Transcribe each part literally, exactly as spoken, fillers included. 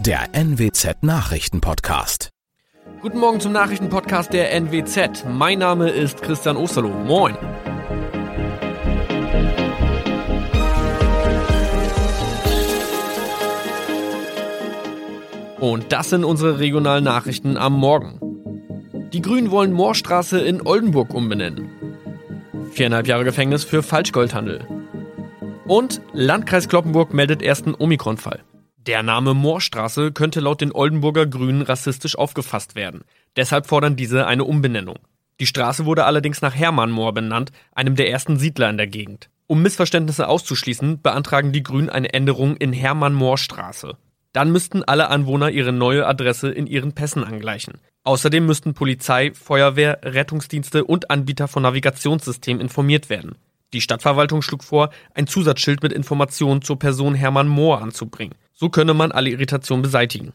der N W Z-Nachrichten-Podcast. Guten Morgen zum Nachrichtenpodcast der N W Z. Mein Name ist Christian Osterloh. Moin. Und das sind unsere regionalen Nachrichten am Morgen. Die Grünen wollen Moorstraße in Oldenburg umbenennen. Viereinhalb Jahre Gefängnis für Falschgoldhandel. Und Landkreis Cloppenburg meldet ersten Omikron-Fall. Der Name Moorstraße könnte laut den Oldenburger Grünen rassistisch aufgefasst werden. Deshalb fordern diese eine Umbenennung. Die Straße wurde allerdings nach Hermann Mohr benannt, einem der ersten Siedler in der Gegend. Um Missverständnisse auszuschließen, beantragen die Grünen eine Änderung in Hermann-Mohr-Straße. Dann müssten alle Anwohner ihre neue Adresse in ihren Pässen angleichen. Außerdem müssten Polizei, Feuerwehr, Rettungsdienste und Anbieter von Navigationssystemen informiert werden. Die Stadtverwaltung schlug vor, ein Zusatzschild mit Informationen zur Person Hermann Mohr anzubringen. So könne man alle Irritationen beseitigen.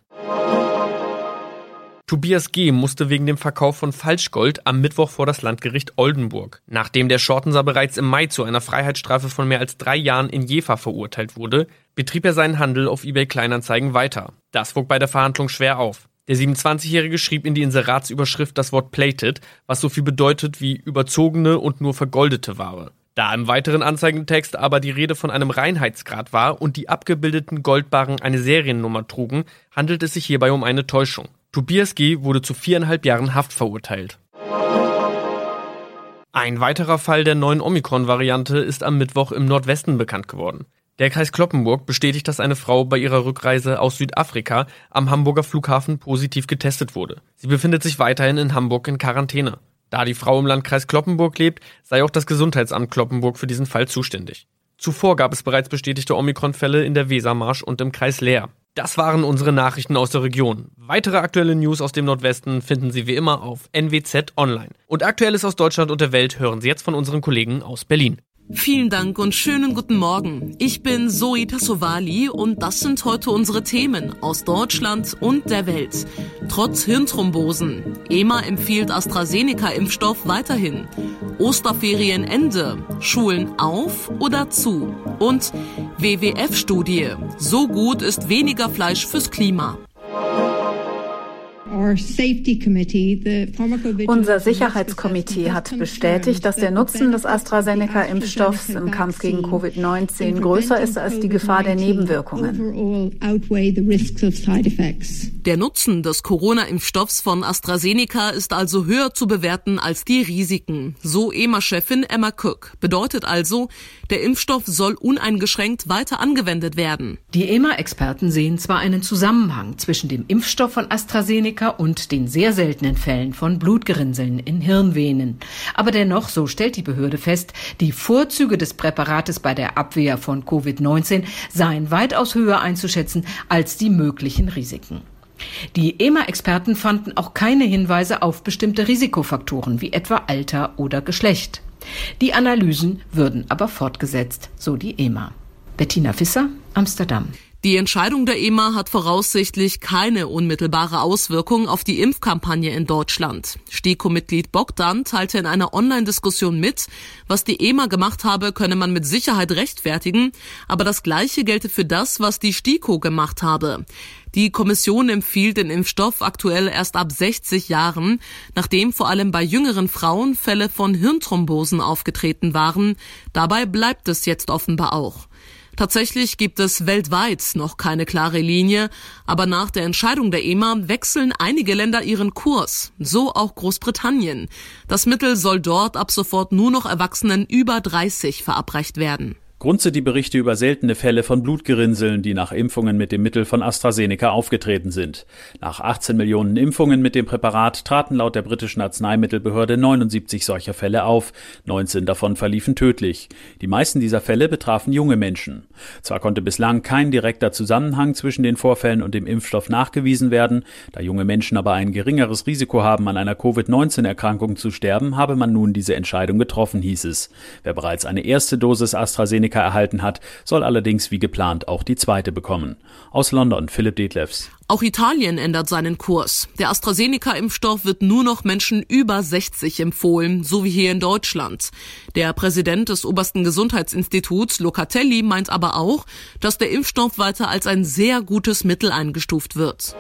Tobias G. musste wegen dem Verkauf von Falschgold am Mittwoch vor das Landgericht Oldenburg. Nachdem der Schortenser bereits im Mai zu einer Freiheitsstrafe von mehr als drei Jahren in Jever verurteilt wurde, betrieb er seinen Handel auf eBay Kleinanzeigen weiter. Das wog bei der Verhandlung schwer auf. Der siebenundzwanzigjährige schrieb in die Inseratsüberschrift das Wort plated, was so viel bedeutet wie überzogene und nur vergoldete Ware. Da im weiteren Anzeigentext aber die Rede von einem Reinheitsgrad war und die abgebildeten Goldbarren eine Seriennummer trugen, handelt es sich hierbei um eine Täuschung. Tobias G. wurde zu viereinhalb Jahren Haft verurteilt. Ein weiterer Fall der neuen Omikron-Variante ist am Mittwoch im Nordwesten bekannt geworden. Der Kreis Cloppenburg bestätigt, dass eine Frau bei ihrer Rückreise aus Südafrika am Hamburger Flughafen positiv getestet wurde. Sie befindet sich weiterhin in Hamburg in Quarantäne. Da die Frau im Landkreis Cloppenburg lebt, sei auch das Gesundheitsamt Cloppenburg für diesen Fall zuständig. Zuvor gab es bereits bestätigte Omikron-Fälle in der Wesermarsch und im Kreis Leer. Das waren unsere Nachrichten aus der Region. Weitere aktuelle News aus dem Nordwesten finden Sie wie immer auf N W Z Online. Und Aktuelles aus Deutschland und der Welt hören Sie jetzt von unseren Kollegen aus Berlin. Vielen Dank und schönen guten Morgen. Ich bin Zoe Tassovali und das sind heute unsere Themen aus Deutschland und der Welt. Trotz Hirnthrombosen. E M A empfiehlt AstraZeneca-Impfstoff weiterhin. Osterferien Ende. Schulen auf oder zu? Und W W F-Studie. So gut ist weniger Fleisch fürs Klima. Unser Sicherheitskomitee hat bestätigt, dass der Nutzen des AstraZeneca-Impfstoffs im Kampf gegen Covid neunzehn größer ist als die Gefahr der Nebenwirkungen. Der Nutzen des Corona-Impfstoffs von AstraZeneca ist also höher zu bewerten als die Risiken, so E M A-Chefin Emma Cook. Bedeutet also, der Impfstoff soll uneingeschränkt weiter angewendet werden. Die E M A-Experten sehen zwar einen Zusammenhang zwischen dem Impfstoff von AstraZeneca und den sehr seltenen Fällen von Blutgerinnseln in Hirnvenen. Aber dennoch, so stellt die Behörde fest, die Vorzüge des Präparates bei der Abwehr von Covid neunzehn seien weitaus höher einzuschätzen als die möglichen Risiken. Die E M A-Experten fanden auch keine Hinweise auf bestimmte Risikofaktoren wie etwa Alter oder Geschlecht. Die Analysen würden aber fortgesetzt, so die E M A. Bettina Visser, Amsterdam. Die Entscheidung der E M A hat voraussichtlich keine unmittelbare Auswirkung auf die Impfkampagne in Deutschland. STIKO-Mitglied Bogdan teilte in einer Online-Diskussion mit, was die E M A gemacht habe, könne man mit Sicherheit rechtfertigen, aber das Gleiche gelte für das, was die STIKO gemacht habe. Die Kommission empfiehlt den Impfstoff aktuell erst ab sechzig Jahren, nachdem vor allem bei jüngeren Frauen Fälle von Hirnthrombosen aufgetreten waren. Dabei bleibt es jetzt offenbar auch. Tatsächlich gibt es weltweit noch keine klare Linie, aber nach der Entscheidung der E M A wechseln einige Länder ihren Kurs, so auch Großbritannien. Das Mittel soll dort ab sofort nur noch Erwachsenen über dreißig verabreicht werden. Grund sind die Berichte über seltene Fälle von Blutgerinnseln, die nach Impfungen mit dem Mittel von AstraZeneca aufgetreten sind. Nach achtzehn Millionen Impfungen mit dem Präparat traten laut der britischen Arzneimittelbehörde neunundsiebzig solcher Fälle auf. neunzehn davon verliefen tödlich. Die meisten dieser Fälle betrafen junge Menschen. Zwar konnte bislang kein direkter Zusammenhang zwischen den Vorfällen und dem Impfstoff nachgewiesen werden, da junge Menschen aber ein geringeres Risiko haben, an einer Covid neunzehn Erkrankung zu sterben, habe man nun diese Entscheidung getroffen, hieß es. Wer bereits eine erste Dosis AstraZeneca AstraZeneca erhalten hat, soll allerdings wie geplant auch die zweite bekommen. Aus London, Philipp Detlefs. Auch Italien ändert seinen Kurs. Der AstraZeneca-Impfstoff wird nur noch Menschen über sechzig empfohlen, so wie hier in Deutschland. Der Präsident des obersten Gesundheitsinstituts, Locatelli, meint aber auch, dass der Impfstoff weiter als ein sehr gutes Mittel eingestuft wird.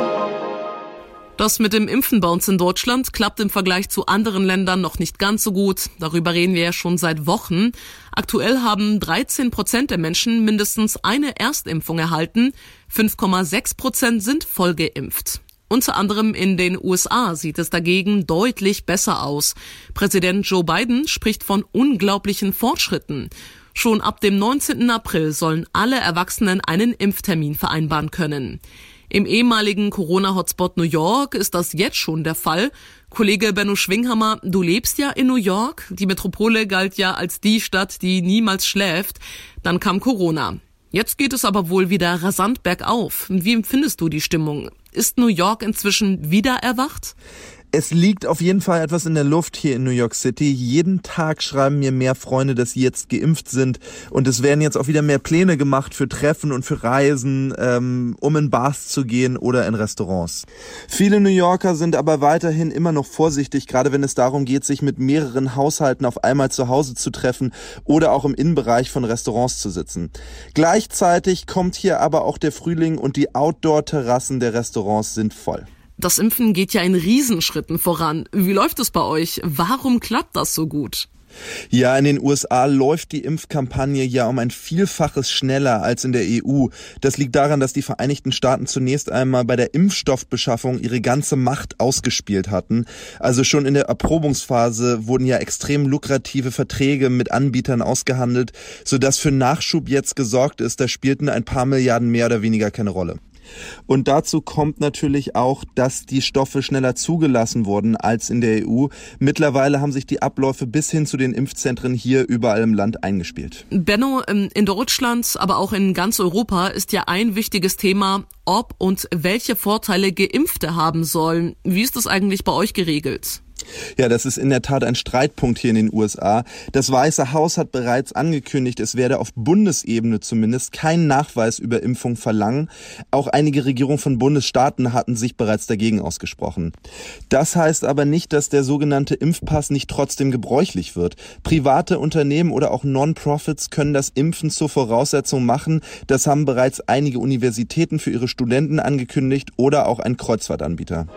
Das mit dem Impfen bei uns in Deutschland klappt im Vergleich zu anderen Ländern noch nicht ganz so gut. Darüber reden wir ja schon seit Wochen. Aktuell haben dreizehn Prozent der Menschen mindestens eine Erstimpfung erhalten. fünf Komma sechs Prozent sind voll geimpft. Unter anderem in den U S A sieht es dagegen deutlich besser aus. Präsident Joe Biden spricht von unglaublichen Fortschritten. Schon ab dem neunzehnten April sollen alle Erwachsenen einen Impftermin vereinbaren können. Im ehemaligen Corona-Hotspot New York ist das jetzt schon der Fall. Kollege Benno Schwinghammer, du lebst ja in New York. Die Metropole galt ja als die Stadt, die niemals schläft. Dann kam Corona. Jetzt geht es aber wohl wieder rasant bergauf. Wie empfindest du die Stimmung? Ist New York inzwischen wieder erwacht? Es liegt auf jeden Fall etwas in der Luft hier in New York City. Jeden Tag schreiben mir mehr Freunde, dass sie jetzt geimpft sind. Und es werden jetzt auch wieder mehr Pläne gemacht für Treffen und für Reisen, ähm, um in Bars zu gehen oder in Restaurants. Viele New Yorker sind aber weiterhin immer noch vorsichtig, gerade wenn es darum geht, sich mit mehreren Haushalten auf einmal zu Hause zu treffen oder auch im Innenbereich von Restaurants zu sitzen. Gleichzeitig kommt hier aber auch der Frühling und die Outdoor-Terrassen der Restaurants sind voll. Das Impfen geht ja in Riesenschritten voran. Wie läuft es bei euch? Warum klappt das so gut? Ja, in den U S A läuft die Impfkampagne ja um ein Vielfaches schneller als in der E U. Das liegt daran, dass die Vereinigten Staaten zunächst einmal bei der Impfstoffbeschaffung ihre ganze Macht ausgespielt hatten. Also schon in der Erprobungsphase wurden ja extrem lukrative Verträge mit Anbietern ausgehandelt, sodass für Nachschub jetzt gesorgt ist. Da spielten ein paar Milliarden mehr oder weniger keine Rolle. Und dazu kommt natürlich auch, dass die Stoffe schneller zugelassen wurden als in der E U. Mittlerweile haben sich die Abläufe bis hin zu den Impfzentren hier überall im Land eingespielt. Benno, in Deutschland, aber auch in ganz Europa ist ja ein wichtiges Thema, ob und welche Vorteile Geimpfte haben sollen. Wie ist das eigentlich bei euch geregelt? Ja, das ist in der Tat ein Streitpunkt hier in den U S A. Das Weiße Haus hat bereits angekündigt, es werde auf Bundesebene zumindest keinen Nachweis über Impfung verlangen. Auch einige Regierungen von Bundesstaaten hatten sich bereits dagegen ausgesprochen. Das heißt aber nicht, dass der sogenannte Impfpass nicht trotzdem gebräuchlich wird. Private Unternehmen oder auch Non-Profits können das Impfen zur Voraussetzung machen. Das haben bereits einige Universitäten für ihre Studenten angekündigt oder auch ein Kreuzfahrtanbieter.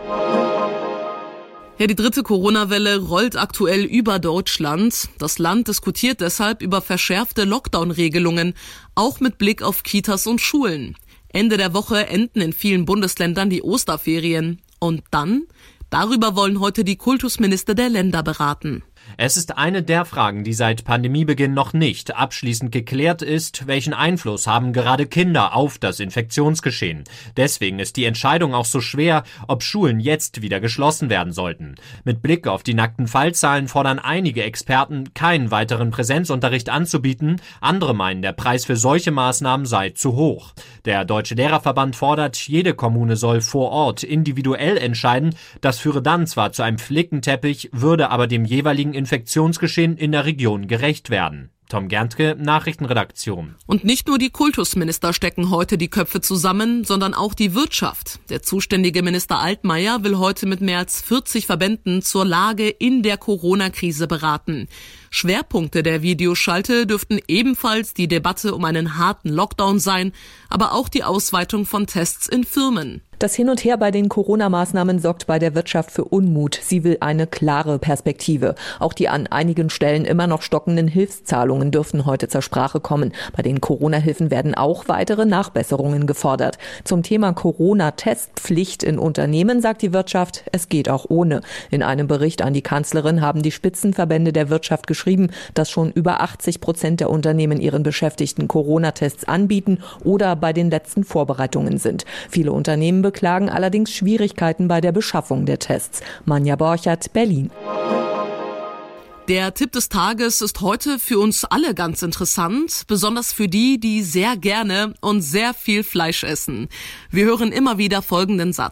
Ja, die dritte Corona-Welle rollt aktuell über Deutschland. Das Land diskutiert deshalb über verschärfte Lockdown-Regelungen, auch mit Blick auf Kitas und Schulen. Ende der Woche enden in vielen Bundesländern die Osterferien. Und dann? Darüber wollen heute die Kultusminister der Länder beraten. Es ist eine der Fragen, die seit Pandemiebeginn noch nicht abschließend geklärt ist. Welchen Einfluss haben gerade Kinder auf das Infektionsgeschehen? Deswegen ist die Entscheidung auch so schwer, ob Schulen jetzt wieder geschlossen werden sollten. Mit Blick auf die nackten Fallzahlen fordern einige Experten, keinen weiteren Präsenzunterricht anzubieten. Andere meinen, der Preis für solche Maßnahmen sei zu hoch. Der Deutsche Lehrerverband fordert, jede Kommune soll vor Ort individuell entscheiden. Das führe dann zwar zu einem Flickenteppich, würde aber dem jeweiligen Infektionsgeschehen in der Region gerecht werden. Tom Gerntke, Nachrichtenredaktion. Und nicht nur die Kultusminister stecken heute die Köpfe zusammen, sondern auch die Wirtschaft. Der zuständige Minister Altmaier will heute mit mehr als vierzig Verbänden zur Lage in der Corona-Krise beraten. Schwerpunkte der Videoschalte dürften ebenfalls die Debatte um einen harten Lockdown sein, aber auch die Ausweitung von Tests in Firmen. Das Hin und Her bei den Corona-Maßnahmen sorgt bei der Wirtschaft für Unmut. Sie will eine klare Perspektive. Auch die an einigen Stellen immer noch stockenden Hilfszahlungen dürften heute zur Sprache kommen. Bei den Corona-Hilfen werden auch weitere Nachbesserungen gefordert. Zum Thema Corona-Testpflicht in Unternehmen sagt die Wirtschaft, es geht auch ohne. In einem Bericht an die Kanzlerin haben die Spitzenverbände der Wirtschaft geschrieben, dass schon über achtzig Prozent der Unternehmen ihren Beschäftigten Corona-Tests anbieten oder bei den letzten Vorbereitungen sind. Viele Unternehmen beklagen allerdings Schwierigkeiten bei der Beschaffung der Tests. Manja Borchert, Berlin. Der Tipp des Tages ist heute für uns alle ganz interessant, besonders für die, die sehr gerne und sehr viel Fleisch essen. Wir hören immer wieder folgenden Satz.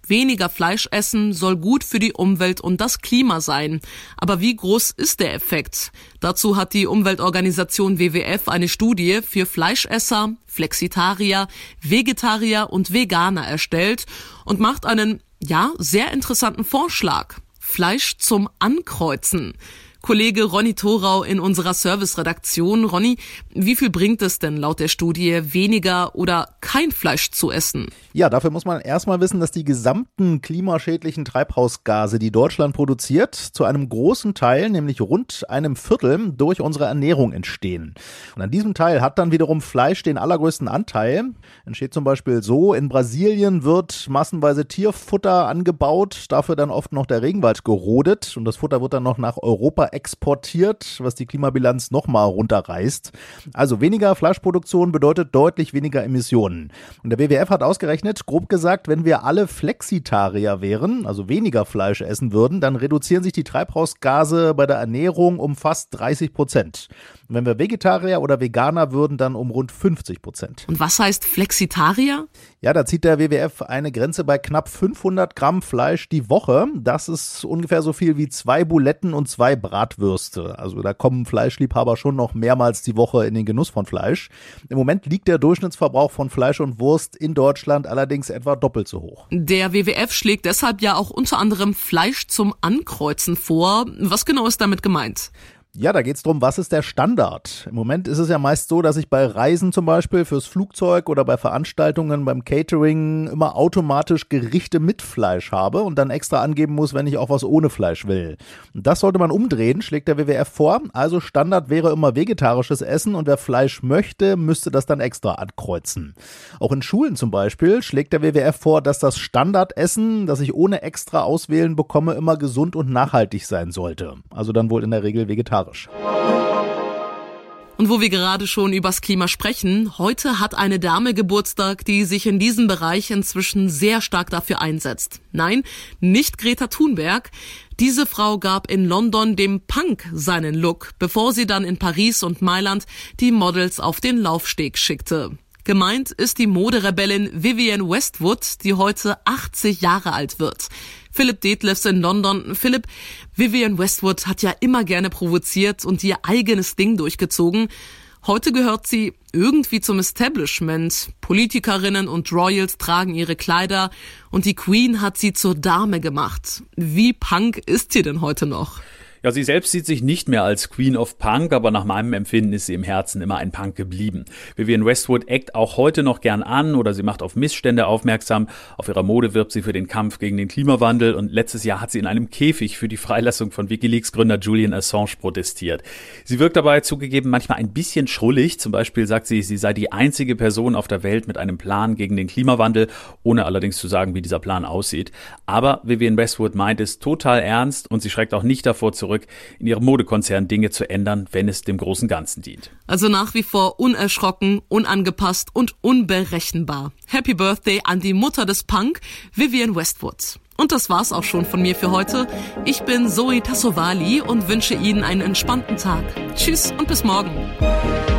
Weniger Fleisch essen soll gut für die Umwelt und das Klima sein. Aber wie groß ist der Effekt? Dazu hat die Umweltorganisation W W F eine Studie für Fleischesser, Flexitarier, Vegetarier und Veganer erstellt und macht einen, ja, sehr interessanten Vorschlag. Fleisch zum Ankreuzen. Kollege Ronny Thorau in unserer Serviceredaktion. Ronny, wie viel bringt es denn laut der Studie, weniger oder kein Fleisch zu essen? Ja, dafür muss man erstmal wissen, dass die gesamten klimaschädlichen Treibhausgase, die Deutschland produziert, zu einem großen Teil, nämlich rund einem Viertel, durch unsere Ernährung entstehen. Und an diesem Teil hat dann wiederum Fleisch den allergrößten Anteil. Entsteht zum Beispiel so: In Brasilien wird massenweise Tierfutter angebaut, dafür dann oft noch der Regenwald gerodet und das Futter wird dann noch nach Europa exportiert, was die Klimabilanz nochmal runterreißt. Also weniger Fleischproduktion bedeutet deutlich weniger Emissionen. Und der W W F hat ausgerechnet, grob gesagt, wenn wir alle Flexitarier wären, also weniger Fleisch essen würden, dann reduzieren sich die Treibhausgase bei der Ernährung um fast dreißig Prozent. Und wenn wir Vegetarier oder Veganer würden, dann um rund fünfzig Prozent. Und was heißt Flexitarier? Ja, da zieht der W W F eine Grenze bei knapp fünfhundert Gramm Fleisch die Woche. Das ist ungefähr so viel wie zwei Buletten und zwei Bratwürste. Also da kommen Fleischliebhaber schon noch mehrmals die Woche in den Genuss von Fleisch. Im Moment liegt der Durchschnittsverbrauch von Fleisch und Wurst in Deutschland allerdings etwa doppelt so hoch. Der W W F schlägt deshalb ja auch unter anderem Fleisch zum Ankreuzen vor. Was genau ist damit gemeint? Ja, da geht's drum, was ist der Standard? Im Moment ist es ja meist so, dass ich bei Reisen zum Beispiel fürs Flugzeug oder bei Veranstaltungen beim Catering immer automatisch Gerichte mit Fleisch habe und dann extra angeben muss, wenn ich auch was ohne Fleisch will. Und das sollte man umdrehen, schlägt der W W F vor. Also Standard wäre immer vegetarisches Essen und wer Fleisch möchte, müsste das dann extra ankreuzen. Auch in Schulen zum Beispiel schlägt der W W F vor, dass das Standardessen, das ich ohne extra auswählen bekomme, immer gesund und nachhaltig sein sollte. Also dann wohl in der Regel vegetarisch. Und wo wir gerade schon übers Klima sprechen, heute hat eine Dame Geburtstag, die sich in diesem Bereich inzwischen sehr stark dafür einsetzt. Nein, nicht Greta Thunberg. Diese Frau gab in London dem Punk seinen Look, bevor sie dann in Paris und Mailand die Models auf den Laufsteg schickte. Gemeint ist die Moderebellin Vivienne Westwood, die heute achtzig Jahre alt wird. Philipp Detlefs in London. Philipp, Vivienne Westwood hat ja immer gerne provoziert und ihr eigenes Ding durchgezogen. Heute gehört sie irgendwie zum Establishment. Politikerinnen und Royals tragen ihre Kleider und die Queen hat sie zur Dame gemacht. Wie Punk ist sie denn heute noch? Ja, sie selbst sieht sich nicht mehr als Queen of Punk, aber nach meinem Empfinden ist sie im Herzen immer ein Punk geblieben. Vivienne Westwood eckt auch heute noch gern an oder sie macht auf Missstände aufmerksam. Auf ihrer Mode wirbt sie für den Kampf gegen den Klimawandel und letztes Jahr hat sie in einem Käfig für die Freilassung von WikiLeaks-Gründer Julian Assange protestiert. Sie wirkt dabei zugegeben manchmal ein bisschen schrullig. Zum Beispiel sagt sie, sie sei die einzige Person auf der Welt mit einem Plan gegen den Klimawandel, ohne allerdings zu sagen, wie dieser Plan aussieht. Aber Vivienne Westwood meint es total ernst und sie schreckt auch nicht davor zurück, in ihrem Modekonzern Dinge zu ändern, wenn es dem großen Ganzen dient. Also nach wie vor unerschrocken, unangepasst und unberechenbar. Happy Birthday an die Mutter des Punk, Vivienne Westwood. Und das war's auch schon von mir für heute. Ich bin Zoe Tassovali und wünsche Ihnen einen entspannten Tag. Tschüss und bis morgen.